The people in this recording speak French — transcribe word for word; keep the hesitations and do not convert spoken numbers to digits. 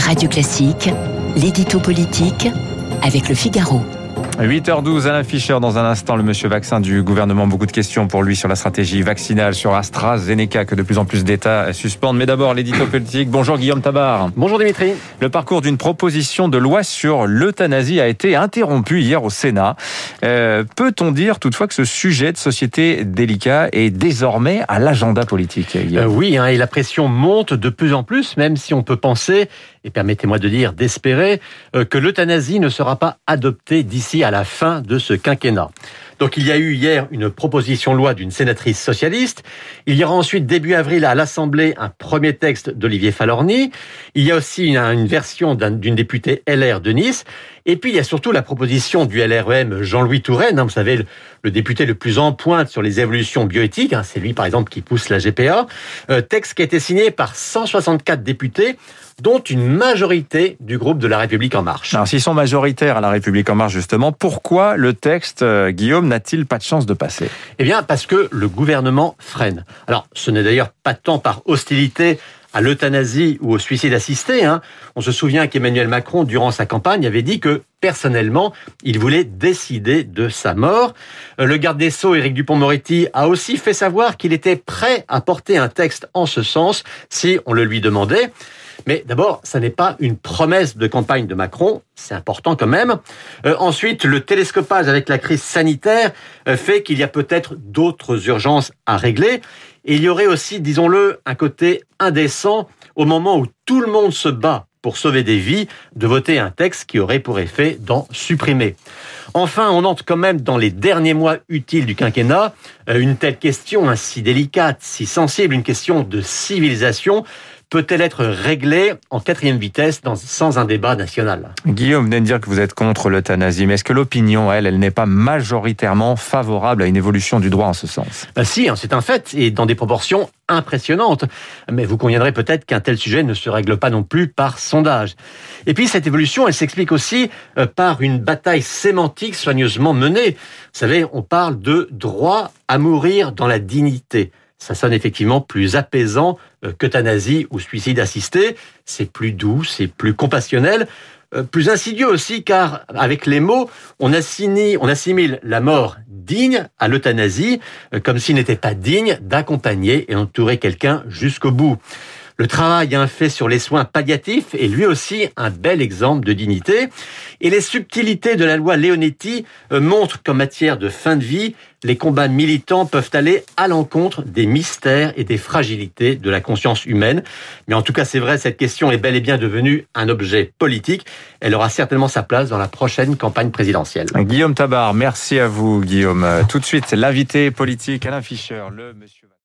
Radio Classique, l'édito politique avec Le Figaro. huit heures douze, Alain Fischer dans un instant, le monsieur vaccin du gouvernement. Beaucoup de questions pour lui sur la stratégie vaccinale, sur AstraZeneca, que de plus en plus d'États suspendent. Mais d'abord, l'édito politique. Bonjour Guillaume Tabar. Bonjour Dimitri. Le parcours d'une proposition de loi sur l'euthanasie a été interrompu hier au Sénat. Euh, peut-on dire toutefois que ce sujet de société délicat est désormais à l'agenda politique, Guillaume ? euh, Oui, hein, et la pression monte de plus en plus, même si on peut penser, et permettez-moi de dire d'espérer, euh, que l'euthanasie ne sera pas adoptée d'ici à la fin de ce quinquennat. Donc il y a eu hier une proposition de loi d'une sénatrice socialiste. Il y aura ensuite début avril à l'Assemblée un premier texte d'Olivier Falorni. Il y a aussi une, une version d'un, d'une députée L R de Nice. Et puis il y a surtout la proposition du L R E M Jean-Louis Touraine, hein, vous savez, le, le député le plus en pointe sur les évolutions bioéthiques. Hein, c'est lui par exemple qui pousse la G P A. Euh, texte qui a été signé par cent soixante-quatre députés, dont une majorité du groupe de La République En Marche. Alors s'ils sont majoritaires à La République En Marche justement, pourquoi le texte, euh, Guillaume, n'a-t-il pas de chance de passer ? Eh bien parce que le gouvernement freine. Alors ce n'est d'ailleurs pas tant par hostilité à l'euthanasie ou au suicide assisté. Hein. On se souvient qu'Emmanuel Macron, durant sa campagne, avait dit que, personnellement, il voulait décider de sa mort. Le garde des Sceaux, Éric Dupond-Moretti, a aussi fait savoir qu'il était prêt à porter un texte en ce sens si on le lui demandait. Mais d'abord, ça n'est pas une promesse de campagne de Macron, c'est important quand même. Euh, ensuite, le télescopage avec la crise sanitaire euh, fait qu'il y a peut-être d'autres urgences à régler. Et il y aurait aussi, disons-le, un côté indécent au moment où tout le monde se bat pour sauver des vies, de voter un texte qui aurait pour effet d'en supprimer. Enfin, on entre quand même dans les derniers mois utiles du quinquennat. Une telle question, hein, si délicate, si sensible, une question de civilisation, peut-elle être réglée en quatrième vitesse dans, sans un débat national ? Guillaume venait de dire que vous êtes contre l'euthanasie, mais est-ce que l'opinion, elle, elle n'est pas majoritairement favorable à une évolution du droit en ce sens ? Ben si, hein, c'est un fait, et dans des proportions impressionnantes. Mais vous conviendrez peut-être qu'un tel sujet ne se règle pas non plus par sondage. Et puis cette évolution, elle s'explique aussi euh, par une bataille sémantique soigneusement menée. Vous savez, on parle de droit à mourir dans la dignité. Ça sonne effectivement plus apaisant qu'euthanasie ou suicide assisté. C'est plus doux, c'est plus compassionnel, euh, plus insidieux aussi, car avec les mots, on assimile, on assimile la mort digne à l'euthanasie, euh, comme s'il n'était pas digne d'accompagner et entourer quelqu'un jusqu'au bout. Le travail hein, fait sur les soins palliatifs est lui aussi un bel exemple de dignité. Et les subtilités de la loi Leonetti euh, montrent qu'en matière de fin de vie, les combats militants peuvent aller à l'encontre des mystères et des fragilités de la conscience humaine. Mais en tout cas, c'est vrai, cette question est bel et bien devenue un objet politique. Elle aura certainement sa place dans la prochaine campagne présidentielle. Guillaume Tabar, merci à vous Guillaume. Tout de suite, l'invité politique Alain Fischer, le monsieur...